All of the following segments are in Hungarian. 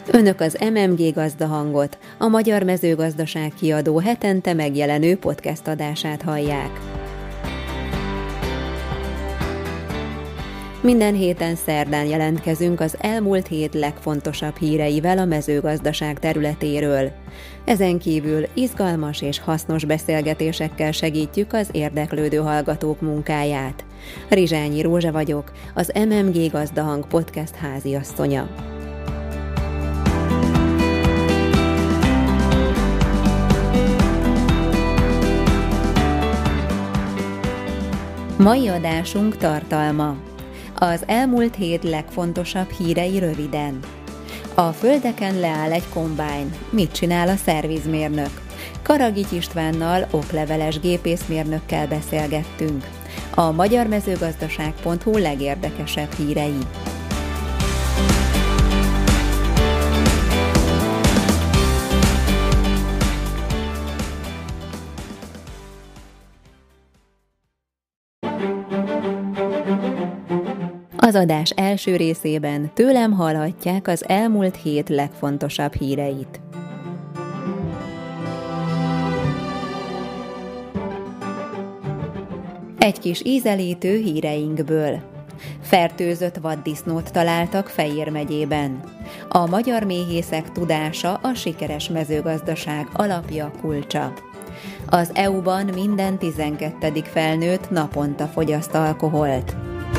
Önök az MMG Gazdahangot, a Magyar Mezőgazdaság Kiadó hetente megjelenő podcast adását hallják. Minden héten szerdán jelentkezünk az elmúlt hét legfontosabb híreivel a mezőgazdaság területéről. Ezen kívül izgalmas és hasznos beszélgetésekkel segítjük az érdeklődő hallgatók munkáját. Rizsányi Rózsa vagyok, az MMG Gazdahang podcast háziasszonya. Mai adásunk tartalma. Az elmúlt hét legfontosabb hírei röviden. A földeken leáll egy kombájn. Mit csinál a szervizmérnök? Karagics Istvánnal, okleveles gépészmérnökkel beszélgettünk. A magyarmezőgazdaság.hu legérdekesebb hírei. Az adás első részében tőlem hallhatják az elmúlt hét legfontosabb híreit. Egy kis ízelítő híreinkből. Fertőzött vaddisznót találtak Fejér megyében. A magyar méhészek tudása a sikeres mezőgazdaság alapja, kulcsa. Az EU-ban minden 12. felnőtt naponta fogyaszt alkoholt.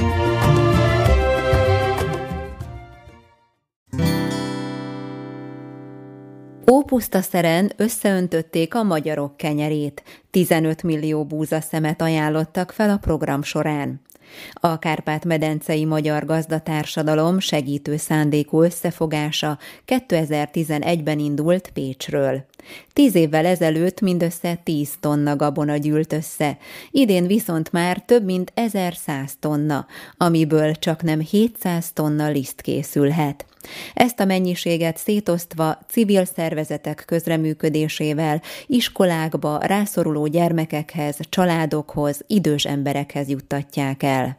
Ópusztaszeren összeöntötték a magyarok kenyerét. 15 millió búzaszemet ajánlottak fel a program során. A Kárpát-medencei Magyar Gazdatársadalom segítő szándékú összefogása 2011-ben indult Pécsről. 10 évvel ezelőtt mindössze 10 tonna gabona gyűlt össze, idén viszont már több mint 1100 tonna, amiből csaknem 700 tonna liszt készülhet. Ezt a mennyiséget szétosztva civil szervezetek közreműködésével iskolákba, rászoruló gyermekekhez, családokhoz, idős emberekhez juttatják el.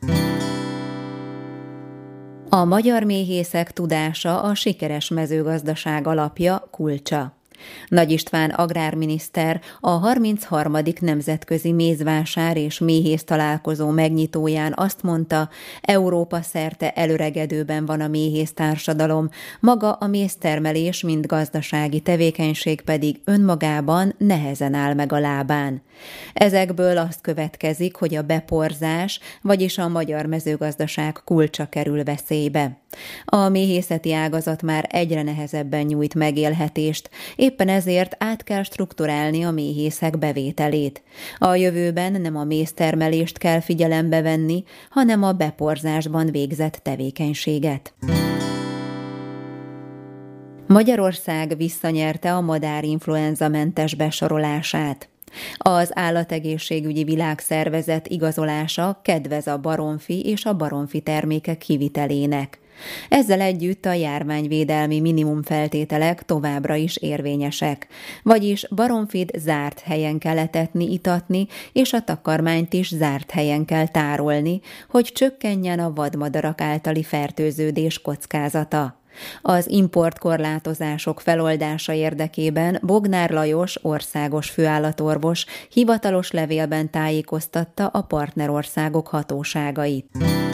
A magyar méhészek tudása a sikeres mezőgazdaság alapja, kulcsa. Nagy István agrárminiszter a 33. nemzetközi mézvásár és méhész találkozó megnyitóján azt mondta, Európa szerte elöregedőben van a méhész társadalom, maga a méztermelés, mint gazdasági tevékenység pedig önmagában nehezen áll meg a lábán. Ezekből azt következik, hogy a beporzás, vagyis a magyar mezőgazdaság kulcsa kerül veszélybe. A méhészeti ágazat már egyre nehezebben nyújt megélhetést, éppen ezért át kell strukturálni a méhészek bevételét. A jövőben nem a méztermelést kell figyelembe venni, hanem a beporzásban végzett tevékenységet. Magyarország visszanyerte a madárinfluenza-mentes besorolását. Az Állategészségügyi Világszervezet igazolása kedvez a baromfi és a baromfi termékek kivitelének. Ezzel együtt a járványvédelmi minimumfeltételek továbbra is érvényesek, vagyis baromfit zárt helyen kell etetni, itatni, és a takarmányt is zárt helyen kell tárolni, hogy csökkenjen a vadmadarak általi fertőződés kockázata. Az importkorlátozások feloldása érdekében Bognár Lajos országos főállatorvos hivatalos levélben tájékoztatta a partnerországok hatóságait.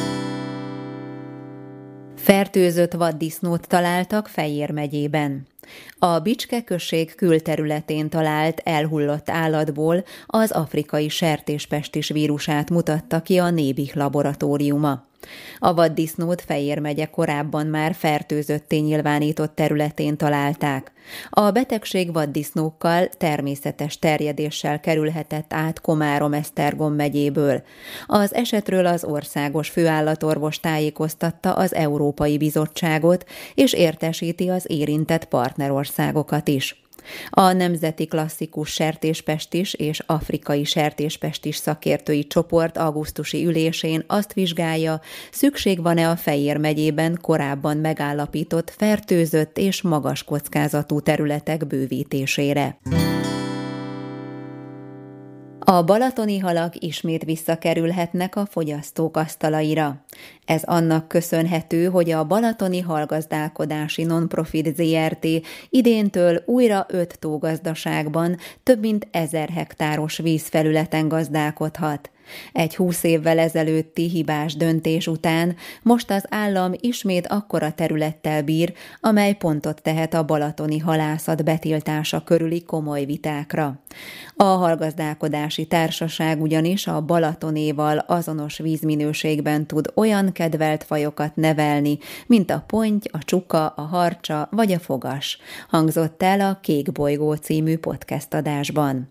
Fertőzött vaddisznót találtak Fejér megyében. A Bicske község külterületén talált elhullott állatból az afrikai sertéspestis vírusát mutatta ki a Nébih laboratóriuma. A vaddisznót Fejér megye korábban már fertőzötté nyilvánított területén találták. A betegség vaddisznókkal természetes terjedéssel kerülhetett át Komárom-Esztergom megyéből. Az esetről az országos főállatorvos tájékoztatta az Európai Bizottságot, és értesíti az érintett partnerországokat is. A Nemzeti Klasszikus Sertéspestis és Afrikai Sertéspestis szakértői csoport augusztusi ülésén azt vizsgálja, szükség van-e a Fejér megyében korábban megállapított fertőzött és magas kockázatú területek bővítésére. A balatoni halak ismét visszakerülhetnek a fogyasztók asztalaira. Ez annak köszönhető, hogy a Balatoni Halgazdálkodási Nonprofit Zrt. Idéntől újra 5 tógazdaságban több mint 1000 hektáros vízfelületen gazdálkodhat. Egy 20 évvel ezelőtti hibás döntés után most az állam ismét akkora területtel bír, amely pontot tehet a balatoni halászat betiltása körüli komoly vitákra. A Halgazdálkodási Társaság ugyanis a Balatonéval azonos vízminőségben tud olyan kedvelt fajokat nevelni, mint a ponty, a csuka, a harcsa vagy a fogas, hangzott el a Kék bolygó című podcast adásban.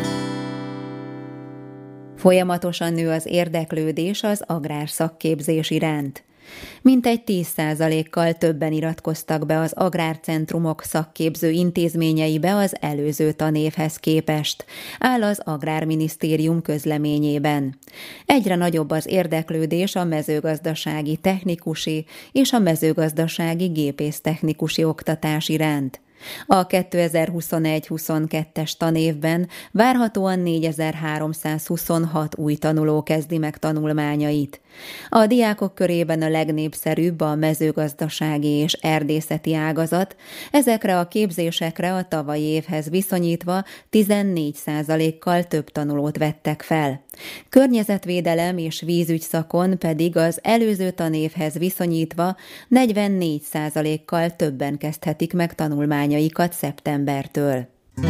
Folyamatosan nő az érdeklődés az agrárszakképzés iránt. Mintegy 10%-kal többen iratkoztak be az agrárcentrumok szakképző intézményeibe az előző tanévhez képest, áll az Agrárminisztérium közleményében. Egyre nagyobb az érdeklődés a mezőgazdasági technikusi és a mezőgazdasági gépésztechnikusi oktatás iránt. A 2021-22-es tanévben várhatóan 4326 új tanuló kezdi meg tanulmányait. A diákok körében a legnépszerűbb a mezőgazdasági és erdészeti ágazat, ezekre a képzésekre a tavalyi évhez viszonyítva 14%-kal több tanulót vettek fel. Környezetvédelem és vízügy szakon pedig az előző tanévhez viszonyítva 44%-kal többen kezdhetik meg tanulmányaikat szeptembertől.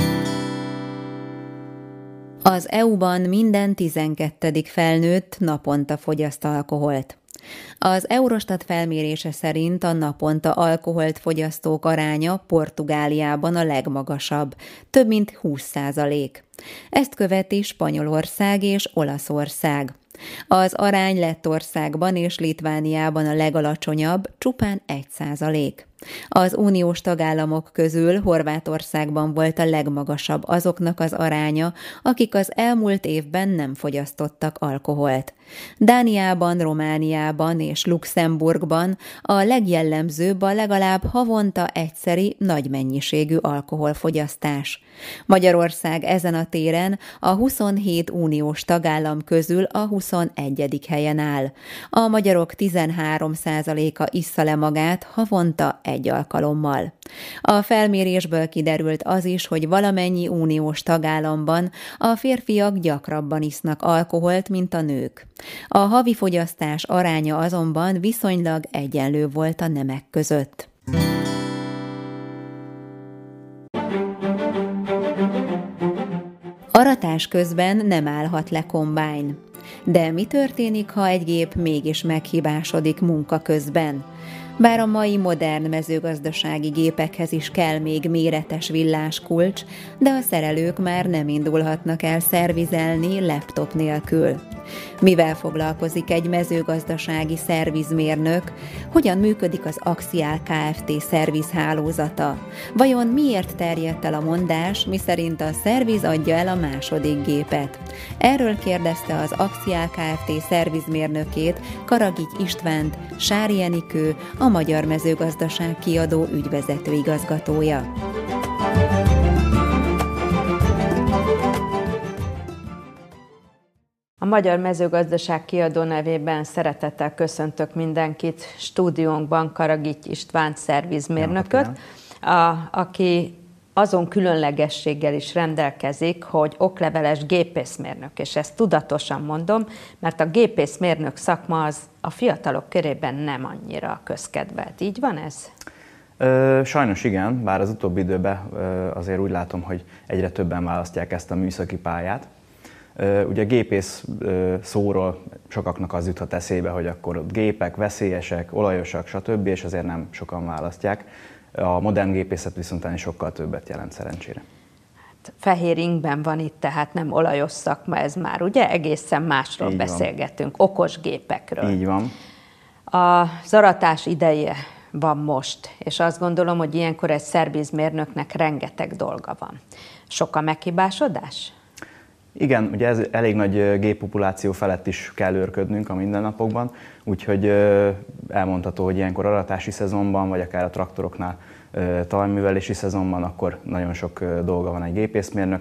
Az EU-ban minden 12. felnőtt naponta fogyaszt alkoholt. Az Eurostat felmérése szerint a naponta alkoholt fogyasztók aránya Portugáliában a legmagasabb, több mint 20%. Ezt követi Spanyolország és Olaszország. Az arány Lettországban és Litvániában a legalacsonyabb, csupán 1%. Az uniós tagállamok közül Horvátországban volt a legmagasabb azoknak az aránya, akik az elmúlt évben nem fogyasztottak alkoholt. Dániában, Romániában és Luxemburgban a legjellemzőbb a legalább havonta egyszeri nagy mennyiségű alkoholfogyasztás. Magyarország ezen a téren a 27 uniós tagállam közül a 21. helyen áll. A magyarok 13%-a issza le magát havonta egy alkalommal. A felmérésből kiderült az is, hogy valamennyi uniós tagállamban a férfiak gyakrabban isznak alkoholt, mint a nők. A havi fogyasztás aránya azonban viszonylag egyenlő volt a nemek között. Aratás közben nem állhat le kombájn. De mi történik, ha egy gép mégis meghibásodik munka közben? Bár a mai modern mezőgazdasági gépekhez is kell még méretes villáskulcs, de a szerelők már nem indulhatnak el szervizelni laptop nélkül. Mivel foglalkozik egy mezőgazdasági szervizmérnök, hogyan működik az Axial Kft. Szervizhálózata? Vajon miért terjedt el a mondás, miszerint a szerviz adja el a második gépet? Erről kérdezte az Axial Kft. Szervizmérnökét, Karagyi Istvánt, Sári Enikő, a Magyar Mezőgazdaság Kiadó ügyvezető igazgatója. A Magyar Mezőgazdaság Kiadó nevében szeretettel köszöntök mindenkit, stúdiónkban Karagyi István szervizmérnököt, aki azon különlegességgel is rendelkezik, hogy okleveles gépészmérnök, és ezt tudatosan mondom, mert a gépészmérnök szakma az a fiatalok körében nem annyira közkedvelt. Így van ez? Sajnos igen, bár az utóbbi időben azért úgy látom, hogy egyre többen választják ezt a műszaki pályát. Ugye gépész szóról sokaknak az juthat eszébe, hogy akkor ott gépek, veszélyesek, olajosak, stb., és azért nem sokan választják. A modern gépészet viszont sokkal többet jelent szerencsére. Hát, fehér ingben van itt, tehát nem olajos szakma ez már, ugye? Egészen másról így beszélgetünk, van. Okos gépekről. Így van. Az aratás ideje van most, és azt gondolom, hogy ilyenkor egy szervizmérnöknek rengeteg dolga van. Sok a meghibásodás? Igen, ugye ez elég nagy géppopuláció felett is kell őrködnünk a mindennapokban, úgyhogy elmondható, hogy ilyenkor aratási szezonban, vagy akár a traktoroknál talajművelési szezonban, akkor nagyon sok dolga van egy gépészmérnöknek,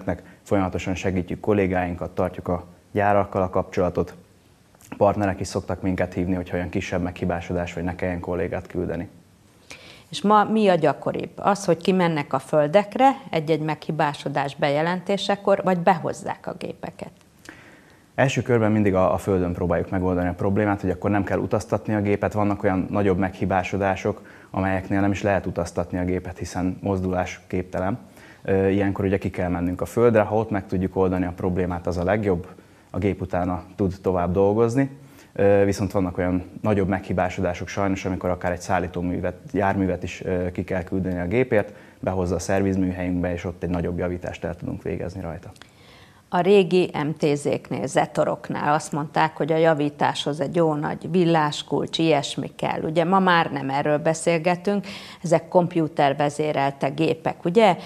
folyamatosan segítjük kollégáinkat, tartjuk a gyárakkal a kapcsolatot. A partnerek is szoktak minket hívni, hogyha olyan kisebb meghibásodás, vagy ne kelljen kollégát küldeni. És ma mi a gyakoribb? Az, hogy kimennek a földekre egy-egy meghibásodás bejelentésekor, vagy behozzák a gépeket? Első körben mindig a földön próbáljuk megoldani a problémát, hogy akkor nem kell utaztatni a gépet. Vannak olyan nagyobb meghibásodások, amelyeknél nem is lehet utaztatni a gépet, hiszen mozdulás képtelen. Ilyenkor ugye ki kell mennünk a földre, ha ott meg tudjuk oldani a problémát, az a legjobb, a gép utána tud tovább dolgozni. Viszont vannak olyan nagyobb meghibásodások sajnos, amikor akár egy szállítóművet, járművet is ki kell küldeni a gépért, behozza a szervizműhelyünkbe, és ott egy nagyobb javítást el tudunk végezni rajta. A régi MTZ-knél, Zetoroknál azt mondták, hogy a javításhoz egy jó nagy villáskulcs, ilyesmi kell. Ugye ma már nem erről beszélgetünk, ezek kompjútervezérelte gépek, ugye?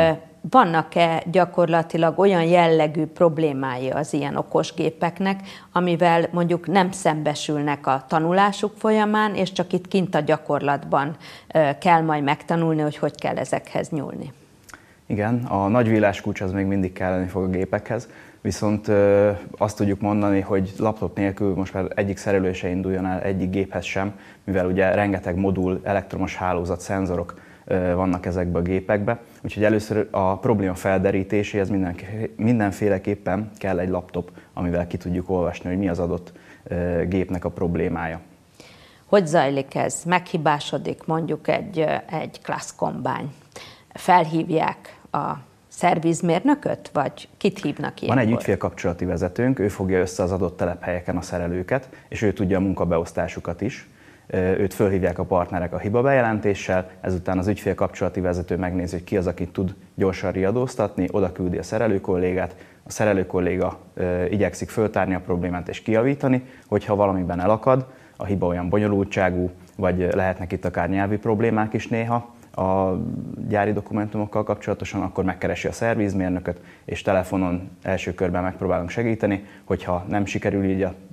Vannak-e gyakorlatilag olyan jellegű problémái az ilyen okos gépeknek, amivel mondjuk nem szembesülnek a tanulásuk folyamán, és csak itt kint a gyakorlatban kell majd megtanulni, hogy kell ezekhez nyúlni? Igen, a nagy villáskulcs az még mindig kelleni fog a gépekhez, viszont azt tudjuk mondani, hogy laptop nélkül most már egyik szerelő se induljon el egyik géphez sem, mivel ugye rengeteg modul, elektromos hálózat, szenzorok vannak ezekbe a gépekbe. Úgyhogy először a probléma felderítéséhez mindenféleképpen kell egy laptop, amivel ki tudjuk olvasni, hogy mi az adott gépnek a problémája. Hogy zajlik ez? Meghibásodik mondjuk egy Class Combine. Felhívják a szervizmérnököt, vagy kit hívnak ilyenkor? Van egy ügyfélkapcsolati vezetőnk, ő fogja össze az adott telephelyeken a szerelőket, és ő tudja a munkabeosztásukat is. Őt fölhívják a partnerek a hibabejelentéssel, ezután az ügyfélkapcsolati vezető megnézi, hogy ki az, akit tud gyorsan riadóztatni, oda küldi a szerelőkollégát, a szerelőkolléga igyekszik föltárni a problémát és kijavítani, hogyha valamiben elakad, a hiba olyan bonyolultságú, vagy lehetnek itt akár nyelvi problémák is néha a gyári dokumentumokkal kapcsolatosan, akkor megkeresi a szervizmérnököt, és telefonon első körben megpróbálunk segíteni, hogyha nem sikerül így a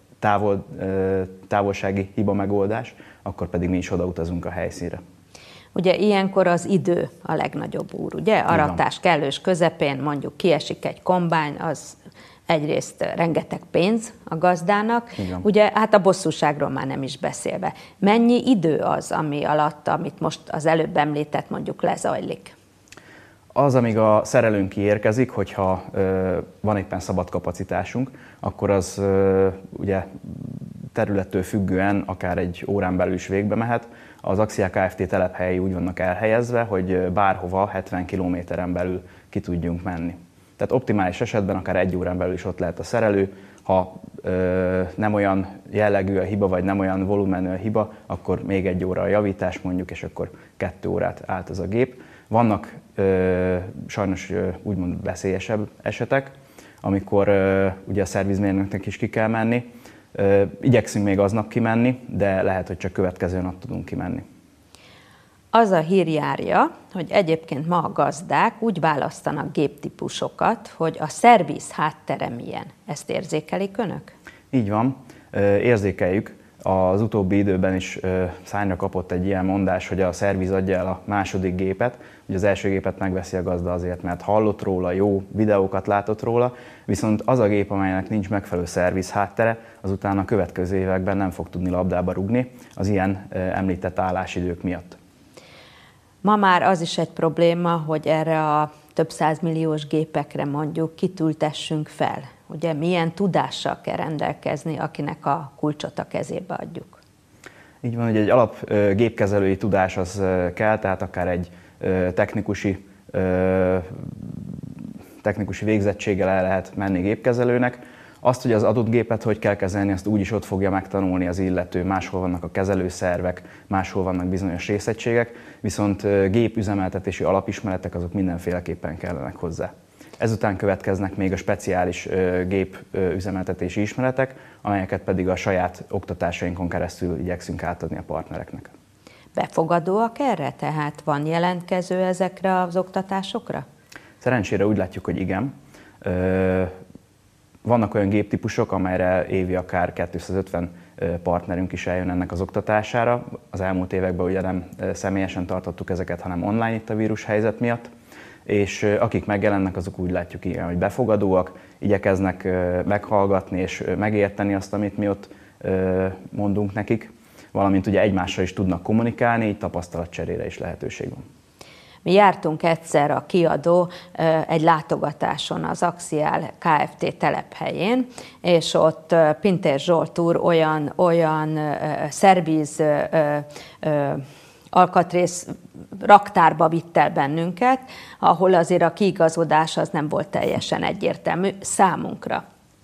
távolsági hiba megoldás, akkor pedig mi is odautazunk a helyszínre. Ugye ilyenkor az idő a legnagyobb úr, ugye? Aratás kellős közepén mondjuk kiesik egy kombány, az egyrészt rengeteg pénz a gazdának, igen. Ugye hát a bosszúságról már nem is beszélve. Mennyi idő az, ami alatt, amit most az előbb említett, mondjuk lezajlik? Az, amíg a szerelőnk kiérkezik, hogyha van éppen szabad kapacitásunk, akkor az ugye területtől függően akár egy órán belül is végbe mehet. Az Axia Kft. Telephelyei úgy vannak elhelyezve, hogy bárhova 70 kilométeren belül ki tudjunk menni. Tehát optimális esetben akár egy órán belül is ott lehet a szerelő. Ha nem olyan jellegű a hiba, vagy nem olyan volumenű a hiba, akkor még egy óra a javítás mondjuk, és akkor 2 órát állt az a gép. Vannak sajnos úgymond veszélyesebb esetek, amikor ugye a szervizmérnöknek is ki kell menni. Igyekszünk még aznap kimenni, de lehet, hogy csak következő nap tudunk kimenni. Az a hír járja, hogy egyébként ma a gazdák úgy választanak géptípusokat, hogy a szerviz háttere milyen. Ezt érzékelik önök? Így van, érzékeljük. Az utóbbi időben is szárnyra kapott egy ilyen mondás, hogy a szerviz adja el a második gépet. Ugye az első gépet megveszi a gazda azért, mert hallott róla, jó videókat látott róla, viszont az a gép, amelynek nincs megfelelő szerviz háttere, azután a következő években nem fog tudni labdába rugni az ilyen említett állásidők miatt. Ma már az is egy probléma, hogy erre a több százmilliós gépekre mondjuk kitültessünk fel. Ugye milyen tudással kell rendelkezni, akinek a kulcsot a kezébe adjuk? Így van, hogy egy alap gépkezelői tudás az kell, tehát akár egy technikusi végzettséggel el lehet menni gépkezelőnek. Azt, hogy az adott gépet hogy kell kezelni, azt úgyis ott fogja megtanulni az illető. Máshol vannak a kezelőszervek, máshol vannak bizonyos részegységek, viszont gépüzemeltetési alapismeretek azok mindenféleképpen kellenek hozzá. Ezután következnek még a speciális gépüzemeltetési ismeretek, amelyeket pedig a saját oktatásainkon keresztül igyekszünk átadni a partnereknek. Befogadóak erre? Tehát van jelentkező ezekre az oktatásokra? Szerencsére úgy látjuk, hogy igen. Vannak olyan géptípusok, amelyre évi akár 250 partnerünk is eljön ennek az oktatására. Az elmúlt években ugye nem személyesen tartottuk ezeket, hanem online itt a vírushelyzet miatt. és akik megjelennek, azok úgy látjuk, igen, hogy befogadóak, igyekeznek meghallgatni és megérteni azt, amit mi ott mondunk nekik, valamint ugye egymással is tudnak kommunikálni, így tapasztalatcserére is lehetőség van. Mi jártunk egyszer a kiadó egy látogatáson az Axial Kft. Telephelyén, és ott Pintér Zsolt úr olyan szervíz alkatrész raktárba vitt el bennünket, ahol azért a kiigazodás az nem volt teljesen egyértelmű számunkra.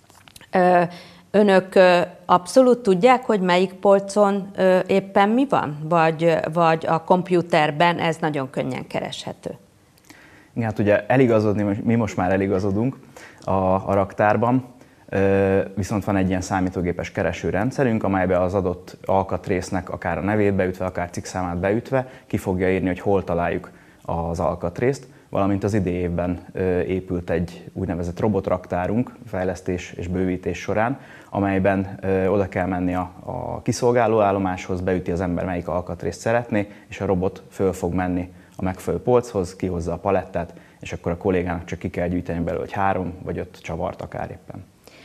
Önök abszolút tudják, hogy melyik polcon éppen mi van? Vagy a kompjúterben ez nagyon könnyen kereshető? Igen, hát ugye eligazodni, mi most már eligazodunk a raktárban, viszont van egy ilyen számítógépes keresőrendszerünk, amelybe az adott alkatrésznek akár a nevét beütve, akár cikkszámát beütve ki fogja írni, hogy hol találjuk az alkatrészt, valamint az idei évben épült egy úgynevezett robotraktárunk fejlesztés és bővítés során, amelyben oda kell menni a kiszolgáló állomáshoz, beüti az ember, melyik alkatrészt szeretné, és a robot föl fog menni a megfelelő polchoz, kihozza a palettát, és akkor a kollégának csak ki kell gyűjteni belőle, hogy 3 vagy 5 csavart akár éppen.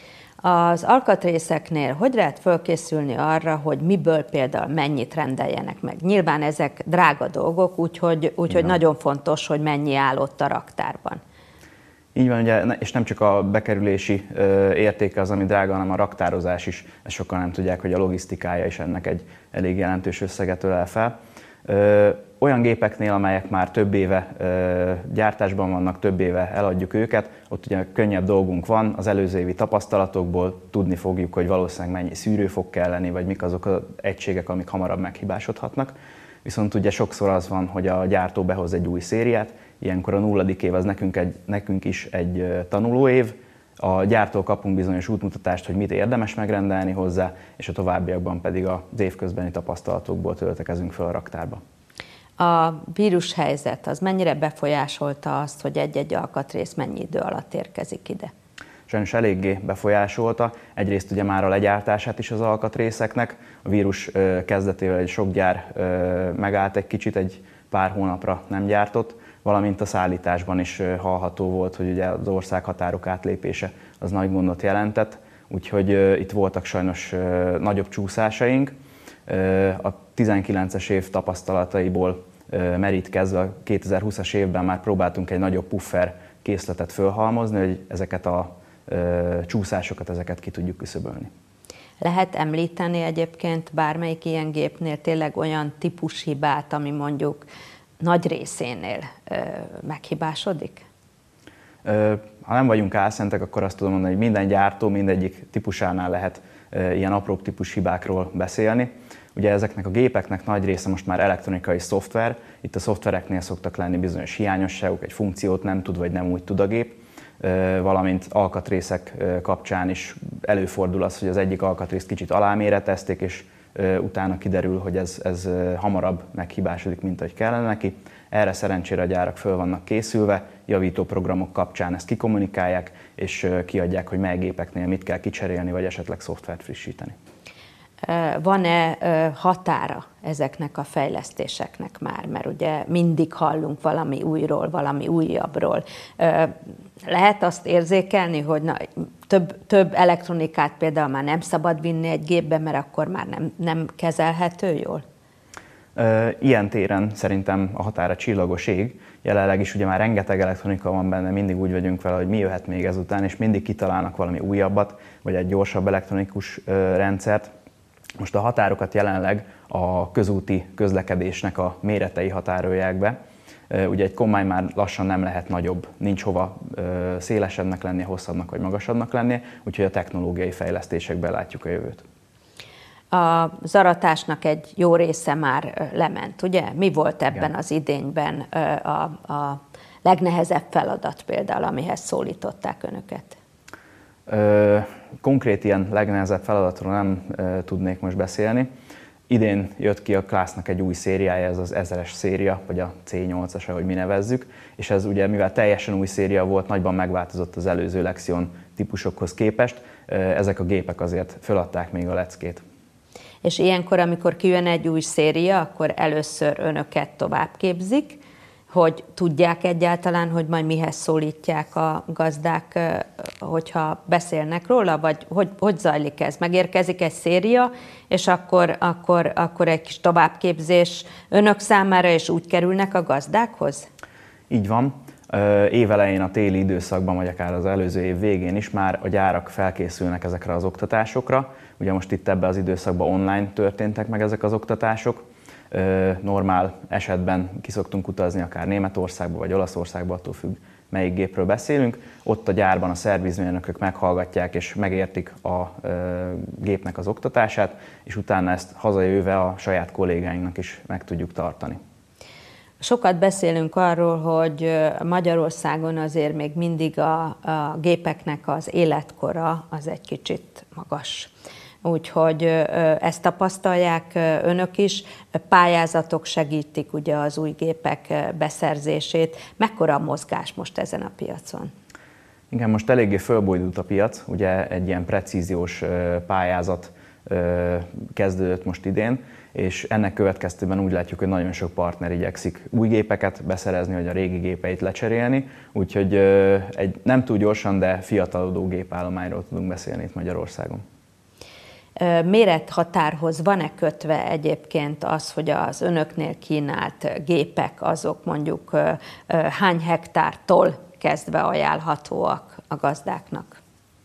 Az alkatrészeknél hogy lehet fölkészülni arra, hogy miből például mennyit rendeljenek meg? Nyilván ezek drága dolgok, úgyhogy nagyon fontos, hogy mennyi áll ott a raktárban. Így van, ugye, és nem csak a bekerülési értéke az, ami drága, hanem a raktározás is. Ezt sokan nem tudják, hogy a logisztikája is ennek egy elég jelentős összeget ölel fel. Olyan gépeknél, amelyek már több éve gyártásban vannak, több éve eladjuk őket, ott ugye könnyebb dolgunk van, az előző évi tapasztalatokból tudni fogjuk, hogy valószínűleg mennyi szűrő fog kelleni, vagy mik azok az egységek, amik hamarabb meghibásodhatnak. Viszont ugye sokszor az van, hogy a gyártó behoz egy új szériát, ilyenkor a 0. év az nekünk is egy tanulóév, a gyártól kapunk bizonyos útmutatást, hogy mit érdemes megrendelni hozzá, és a továbbiakban pedig az évközbeni tapasztalatokból töltekezünk fel a raktárba. A vírushelyzet az mennyire befolyásolta azt, hogy egy-egy alkatrész mennyi idő alatt érkezik ide? Sajnos eléggé befolyásolta. Egyrészt ugye már a legyártását is az alkatrészeknek. A vírus kezdetével egy sok gyár megállt egy kicsit, egy pár hónapra nem gyártott, valamint a szállításban is hallható volt, hogy ugye az országhatárok átlépése az nagy gondot jelentett, úgyhogy itt voltak sajnos nagyobb csúszásaink. A 19-es év tapasztalataiból merítkezve a 2020-as évben már próbáltunk egy nagyobb puffer készletet fölhalmozni, hogy ezeket a csúszásokat ezeket ki tudjuk küszöbölni. Lehet említeni egyébként bármelyik ilyen gépnél tényleg olyan típushibát, ami mondjuk nagy részénél meghibásodik? Ha nem vagyunk álszentek, akkor azt tudom mondani, hogy minden gyártó mindegyik típusánál lehet ilyen apróbb típushibákról beszélni. Ugye ezeknek a gépeknek nagy része most már elektronikai szoftver, itt a szoftvereknél szoktak lenni bizonyos hiányosságok, egy funkciót nem tud vagy nem úgy tud a gép, valamint alkatrészek kapcsán is előfordul az, hogy az egyik alkatrészt kicsit aláméretezték, és utána kiderül, hogy ez hamarabb meghibásodik, mint ahogy kellene neki. Erre szerencsére a gyárak föl vannak készülve, javító programok kapcsán ezt kikommunikálják, és kiadják, hogy mely gépeknél mit kell kicserélni, vagy esetleg szoftvert frissíteni. Van-e határa ezeknek a fejlesztéseknek már? Mert ugye mindig hallunk valami újról, valami újabbról. Lehet azt érzékelni, hogy több elektronikát például már nem szabad vinni egy gépbe, mert akkor már nem kezelhető jól? Ilyen téren szerintem a határa csillagos ég. Jelenleg is ugye már rengeteg elektronika van benne, mindig úgy vagyunk vele, hogy mi jöhet még ezután, és mindig kitalálnak valami újabbat, vagy egy gyorsabb elektronikus rendszert. Most a határokat jelenleg a közúti közlekedésnek a méretei határolják be. Ugye egy kombány már lassan nem lehet nagyobb, nincs hova szélesebbnek lennie, hosszabbnak vagy magasabbnak lennie, úgyhogy a technológiai fejlesztésekben látjuk a jövőt. Az aratásnak egy jó része már lement, ugye? Mi volt ebben az idényben a legnehezebb feladat például, amihez szólították önöket? Konkrét ilyen legnehezebb feladatról nem tudnék most beszélni. Idén jött ki a Classnak egy új szériája, ez az 1000-es széria, vagy a C8-as, ahogy mi nevezzük, és ez ugye, mivel teljesen új széria volt, nagyban megváltozott az előző Lexion típusokhoz képest, ezek a gépek azért föladták még a leckét. És ilyenkor, amikor kijön egy új széria, akkor először önöket továbbképzik, hogy tudják egyáltalán, hogy majd mihez szólítják a gazdák, hogyha beszélnek róla, vagy hogy zajlik ez? Megérkezik egy széria, és akkor egy kis továbbképzés önök számára, és úgy kerülnek a gazdákhoz? Így van. Évelején a téli időszakban, vagy akár az előző év végén is már a gyárak felkészülnek ezekre az oktatásokra. Ugye most itt ebben az időszakban online történtek meg ezek az oktatások. Normál esetben ki szoktunk utazni akár Németországba vagy Olaszországba, attól függ, melyik gépről beszélünk. Ott a gyárban a szervizmérnökök meghallgatják és megértik a gépnek az oktatását, és utána ezt hazajöve a saját kollégáinknak is meg tudjuk tartani. Sokat beszélünk arról, hogy Magyarországon azért még mindig a gépeknek az életkora az egy kicsit magas. Úgyhogy ezt tapasztalják önök is, pályázatok segítik ugye az új gépek beszerzését. Mekkora a mozgás most ezen a piacon? Igen, most eléggé fölbojdult a piac, ugye egy ilyen precíziós pályázat kezdődött most idén, és ennek következtében úgy látjuk, hogy nagyon sok partner igyekszik új gépeket beszerezni, vagy a régi gépeit lecserélni, úgyhogy egy nem túl gyorsan, de fiatalodó gépállományról tudunk beszélni itt Magyarországon. Mérethatárhoz van-e kötve egyébként az, hogy az önöknél kínált gépek azok mondjuk hány hektártól kezdve ajánlhatóak a gazdáknak?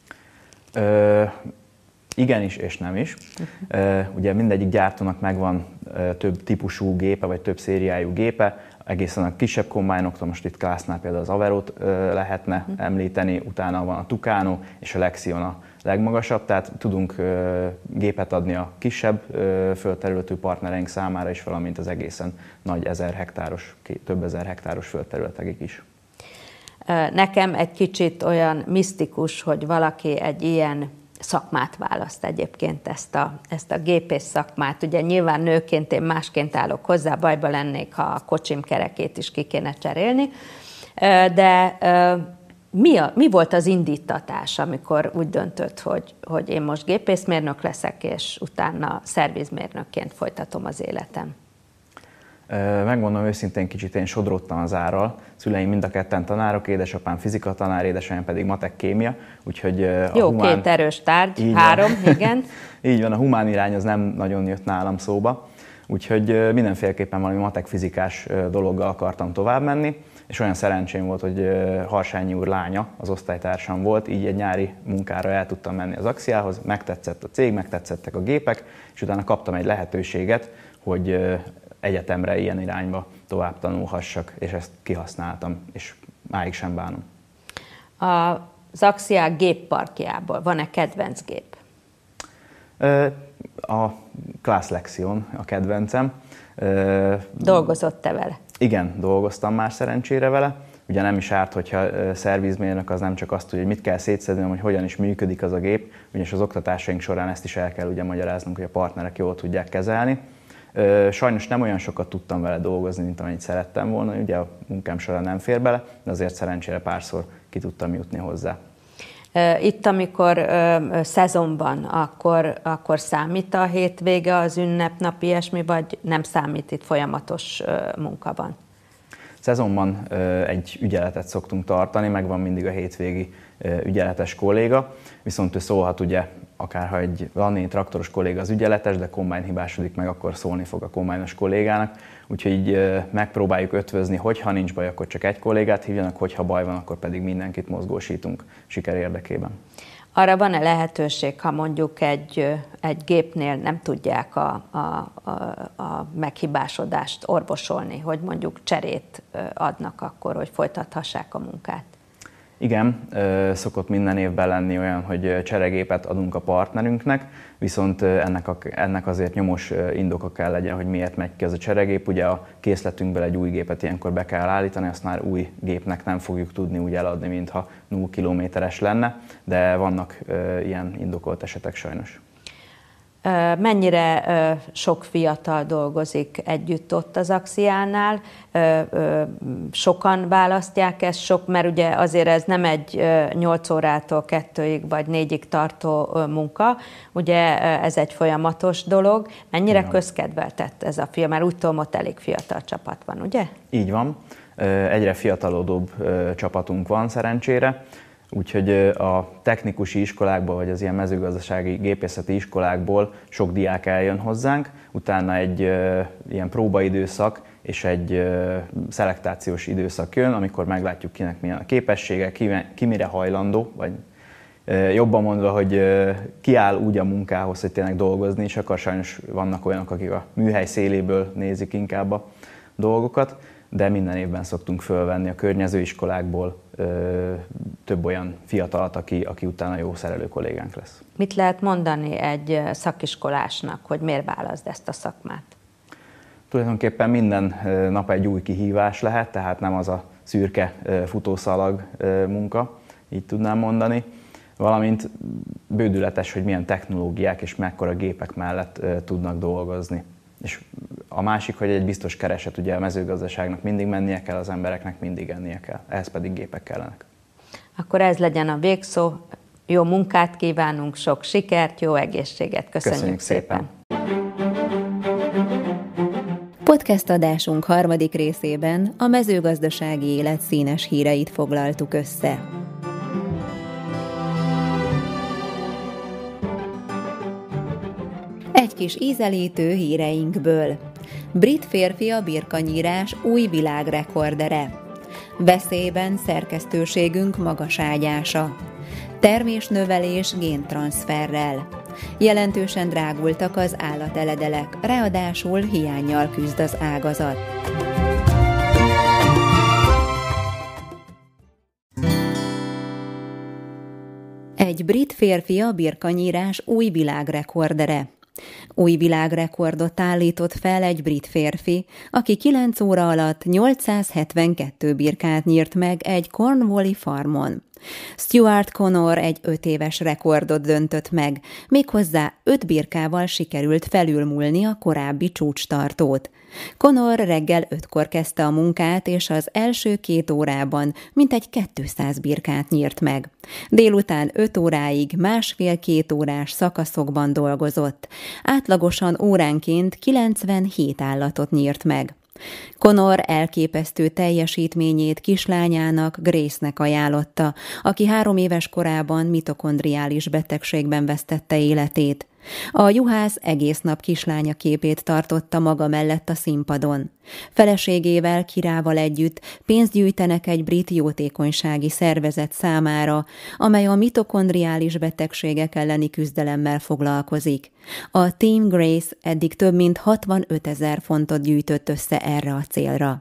Igenis és nem is. Ugye mindegyik gyártónak megvan több típusú gépe, vagy több szériájú gépe, egészen a kisebb kombájnoktól, most itt Klásznál például az Averot lehetne említeni, utána van a Tucano és a Lexion a legmagasabb, tehát tudunk gépet adni a kisebb földterületű partnereink számára is, valamint az egészen nagy több ezer hektáros földterületekig is. Nekem egy kicsit olyan misztikus, hogy valaki egy ilyen szakmát választ egyébként, ezt a gépész szakmát. Ugye nyilván nőként én másként állok hozzá, bajba lennék, ha a kocsim kerekét is ki kéne cserélni, de mi volt az indítatás, amikor úgy döntött, hogy én most gépészmérnök leszek, és utána szervizmérnökként folytatom az életem? Megmondom őszintén, kicsit én sodródtam az árral. Szüleim mind a ketten tanárok, édesapám fizika tanár, édesanyám pedig matek kémia, úgyhogy jó, két erős tárgy, három, igen. Így van, a humán irány az nem nagyon jött nálam szóba, úgyhogy mindenféleképpen valami matek-fizikás dologgal akartam tovább menni, és olyan szerencsém volt, hogy Harsányi úr lánya, az osztálytársam volt, így egy nyári munkára el tudtam menni az Axiához, megtetszett a cég, megtetszettek a gépek, és utána kaptam egy lehetőséget, hogy egyetemre ilyen irányba tovább tanulhassak, és ezt kihasználtam, és máig sem bánom. Az Axiák gépparkjából van-e kedvenc gép? A Class Lexion a kedvencem. Dolgozott-e vele? Igen, dolgoztam már szerencsére vele. Ugye nem is árt, hogyha szervizmérnök az nem csak azt tudja, hogy mit kell szétszedni, hanem hogy hogyan is működik az a gép, ugyanis az oktatásaink során ezt is el kell ugye magyaráznunk, hogy a partnerek jól tudják kezelni. Sajnos nem olyan sokat tudtam vele dolgozni, mint amennyit szerettem volna, ugye a munkám során nem fér bele, de azért szerencsére párszor ki tudtam jutni hozzá. Itt, amikor szezonban, akkor számít a hétvége, az ünnepnap, ilyesmi, vagy nem számít, itt folyamatos munka van? Szezonban egy ügyeletet szoktunk tartani, megvan mindig a hétvégi ügyeletes kolléga, viszont ő szólhat ugye, akárha egy Lanné traktoros kolléga az ügyeletes, de kombájn hibásodik meg, akkor szólni fog a kombájnos kollégának. Úgyhogy így megpróbáljuk ötvözni, hogyha nincs baj, akkor csak egy kollégát hívjanak, hogyha baj van, akkor pedig mindenkit mozgósítunk siker érdekében. Arra van-e lehetőség, ha mondjuk egy gépnél nem tudják a meghibásodást orvosolni, hogy mondjuk cserét adnak akkor, hogy folytathassák a munkát? Igen, szokott minden évben lenni olyan, hogy cseregépet adunk a partnerünknek, viszont ennek azért nyomos indoka kell legyen, hogy miért megy ki az a cseregép. Ugye a készletünkből egy új gépet ilyenkor be kell állítani, azt már új gépnek nem fogjuk tudni úgy eladni, mintha 0 kilométeres lenne, de vannak ilyen indokolt esetek sajnos. Mennyire sok fiatal dolgozik együtt ott az Axiálnál? Sokan választják ezt, mert ugye azért ez nem egy 8 órától 2-ig vagy 4-ig tartó munka, ugye ez egy folyamatos dolog. Mennyire közkedveltett ez a film? Mert úgy tudom, ott elég fiatal csapat van, ugye? Így van. Egyre fiatalodóbb csapatunk van szerencsére. Úgyhogy a technikusi iskolákból, vagy az ilyen mezőgazdasági gépészeti iskolákból sok diák eljön hozzánk, utána egy ilyen próbaidőszak és egy szelektációs időszak jön, amikor meglátjuk, kinek milyen a képessége, ki mire hajlandó, vagy jobban mondva, hogy ki áll úgy a munkához, hogy tényleg dolgozni is akar. Sajnos vannak olyanok, akik a műhely széléből nézik inkább a dolgokat, de minden évben szoktunk fölvenni a környező iskolákból több olyan fiatalat, aki utána jó szerelő kollégánk lesz. Mit lehet mondani egy szakiskolásnak, hogy miért válaszd ezt a szakmát? Tulajdonképpen minden nap egy új kihívás lehet, tehát nem az a szürke futószalag munka, így tudnám mondani. Valamint bődületes, hogy milyen technológiák és mekkora gépek mellett tudnak dolgozni. És a másik, hogy egy biztos kereset, ugye a mezőgazdaságnak mindig mennie kell, az embereknek mindig ennie kell, ehhez pedig gépek kellenek. Akkor ez legyen a végszó. Jó munkát kívánunk, sok sikert, jó egészséget. Köszönjük szépen! Podcast adásunk harmadik részében a mezőgazdasági élet színes híreit foglaltuk össze. Egy kis ízelítő híreinkből. Brit férfi a birkanyírás új világrekordere. Veszélyben szerkesztőségünk magaságyása. Termésnövelés géntranszferrel. Jelentősen drágultak az állateledelek, ráadásul hiánnyal küzd az ágazat. Egy brit férfi a birkanyírás új világrekordere. Új világrekordot állított fel egy brit férfi, aki 9 óra alatt 872 birkát nyírt meg egy Cornwalli farmon. Stuart Connor egy 5 éves rekordot döntött meg, méghozzá 5 birkával sikerült felülmúlni a korábbi csúcstartót. Connor reggel 5-kor kezdte a munkát, és az első 2 órában mintegy 200 birkát nyírt meg. Délután 5 óráig 1,5-2 órás szakaszokban dolgozott. Átlagosan óránként 97 állatot nyírt meg. Connor elképesztő teljesítményét kislányának, Grace-nek ajánlotta, aki 3 éves korában mitokondriális betegségben vesztette életét. A juhász egész nap kislánya képét tartotta maga mellett a színpadon. Feleségével, Kirával együtt pénzt gyűjtenek egy brit jótékonysági szervezet számára, amely a mitokondriális betegségek elleni küzdelemmel foglalkozik. A Team Grace eddig több mint 65 000 fontot gyűjtött össze erre a célra.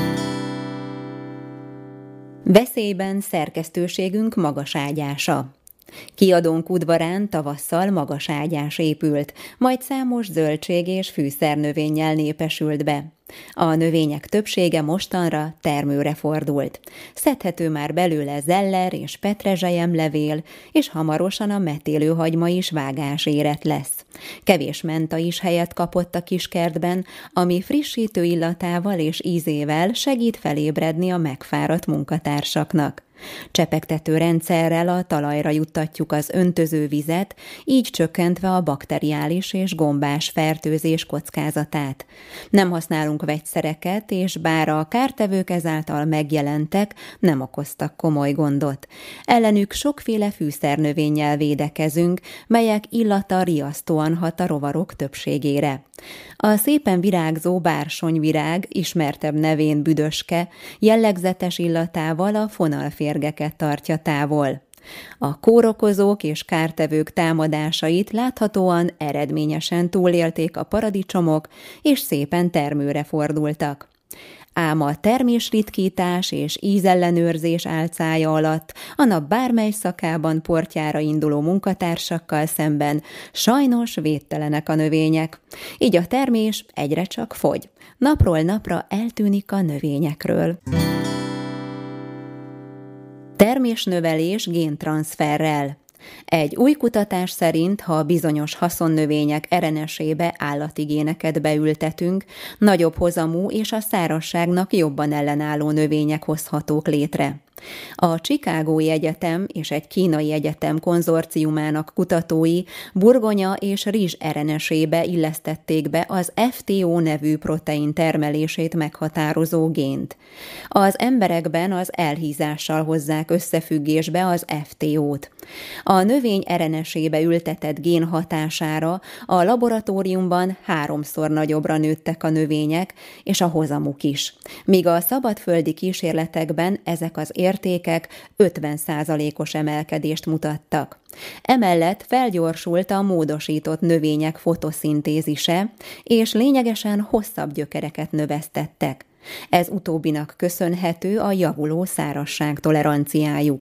Veszélyben szerkesztőségünk magaságyása. Kiadónk udvarán tavasszal magas ágyás épült, majd számos zöldség és fűszernövénnyel népesült be. A növények többsége mostanra termőre fordult. Szedhető már belőle zeller és petrezselyemlevél, és hamarosan a metélőhagyma is vágásérett lesz. Kevés menta is helyet kapott a kiskertben, ami frissítő illatával és ízével segít felébredni a megfáradt munkatársaknak. Csepegtető rendszerrel a talajra juttatjuk az öntöző vizet, így csökkentve a bakteriális és gombás fertőzés kockázatát. Nem használunk vegyszereket, és bár a kártevők ezáltal megjelentek, nem okoztak komoly gondot. Ellenük sokféle fűszernövénnyel védekezünk, melyek illata riasztóan hat a rovarok többségére. A szépen virágzó bársonyvirág, ismertebb nevén büdöske, jellegzetes illatával a fonalférgeket tartja távol. A kórokozók és kártevők támadásait láthatóan eredményesen túlélték a paradicsomok, és szépen termőre fordultak. Ám a termésritkítás és ízellenőrzés álcája alatt a nap bármely szakában portyára induló munkatársakkal szemben sajnos védtelenek a növények. Így a termés egyre csak fogy. Napról napra eltűnik a növényekről. Termésnövelés géntranszferrel. Egy új kutatás szerint, ha bizonyos haszonnövények RNS-ébe állati géneket beültetünk, nagyobb hozamú és a szárazságnak jobban ellenálló növények hozhatók létre. A Chicagói Egyetem és egy kínai egyetem konzorciumának kutatói burgonya és rizs RNS-ébe illesztették be az FTO nevű protein termelését meghatározó gént. Az emberekben az elhízással hozzák összefüggésbe az FTO-t. A növény RNS-ébe ültetett gén hatására a laboratóriumban 3-szor nagyobbra nőttek a növények, és a hozamuk is. Míg a szabadföldi kísérletekben ezek az értékek 50%-os emelkedést mutattak. Emellett felgyorsult a módosított növények fotoszintézise, és lényegesen hosszabb gyökereket növesztettek. Ez utóbbinak köszönhető a javuló szárazság toleranciájuk.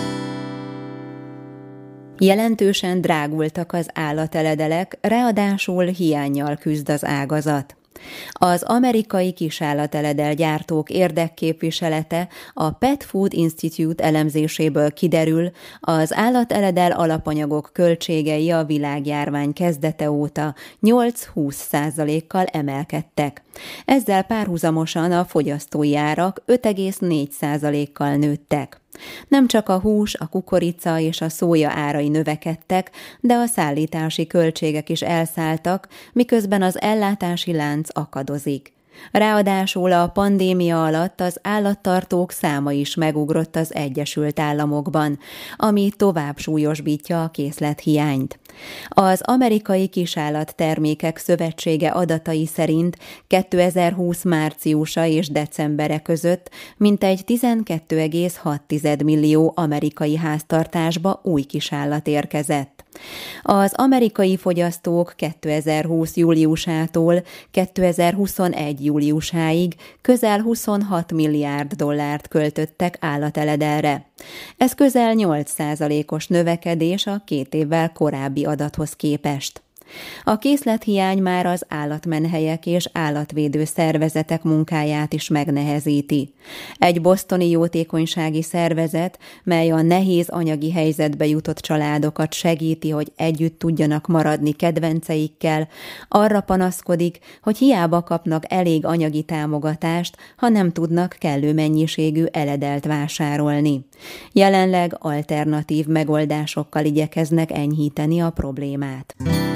Jelentősen drágultak az állateledelek, ráadásul hiánnyal küzd az ágazat. Az amerikai kisállateledel gyártók érdekképviselete a Pet Food Institute elemzéséből kiderül, az állateledel alapanyagok költségei a világjárvány kezdete óta 8-20%-kal emelkedtek. Ezzel párhuzamosan a fogyasztói árak 5,4%-kal nőttek. Nem csak a hús, a kukorica és a szója árai növekedtek, de a szállítási költségek is elszálltak, miközben az ellátási lánc akadozik. Ráadásul a pandémia alatt az állattartók száma is megugrott az Egyesült Államokban, ami tovább súlyosbítja a készlethiányt. Az Amerikai Kisállattermékek Szövetsége adatai szerint 2020 márciusa és decembere között mintegy 12,6 millió amerikai háztartásba új kisállat érkezett. Az amerikai fogyasztók 2020 júliusától 2021 júliusáig közel 26 milliárd dollárt költöttek állateledelre. Ez közel 8%-os növekedés a 2 évvel korábbi adathoz képest. A készlethiány már az állatmenhelyek és állatvédő szervezetek munkáját is megnehezíti. Egy bostoni jótékonysági szervezet, mely a nehéz anyagi helyzetbe jutott családokat segíti, hogy együtt tudjanak maradni kedvenceikkel, arra panaszkodik, hogy hiába kapnak elég anyagi támogatást, ha nem tudnak kellő mennyiségű eledelt vásárolni. Jelenleg alternatív megoldásokkal igyekeznek enyhíteni a problémát.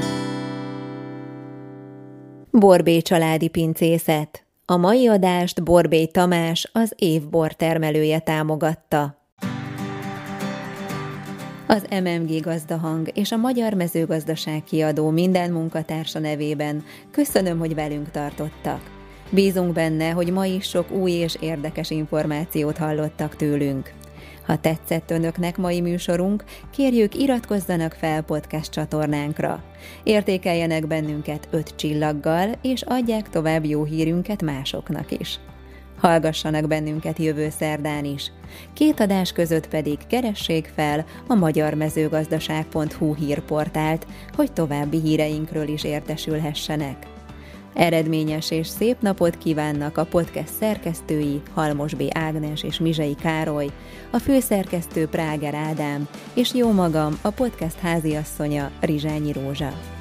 Borbély családi pincészet. A mai adást Borbély Tamás, az év bortermelője támogatta. Az MMG Gazdahang és a Magyar Mezőgazdaság Kiadó minden munkatársa nevében köszönöm, hogy velünk tartottak. Bízunk benne, hogy ma is sok új és érdekes információt hallottak tőlünk. Ha tetszett önöknek mai műsorunk, kérjük, iratkozzanak fel podcast csatornánkra. Értékeljenek bennünket 5 csillaggal, és adják tovább jó hírünket másoknak is. Hallgassanak bennünket jövő szerdán is. 2 adás között pedig keressék fel a magyarmezőgazdaság.hu hírportált, hogy további híreinkről is értesülhessenek. Eredményes és szép napot kívánnak a podcast szerkesztői Halmos B. Ágnes és Mizsei Károly, a főszerkesztő Práger Ádám, és jó magam, a podcast háziasszonya Rizsányi Rózsa.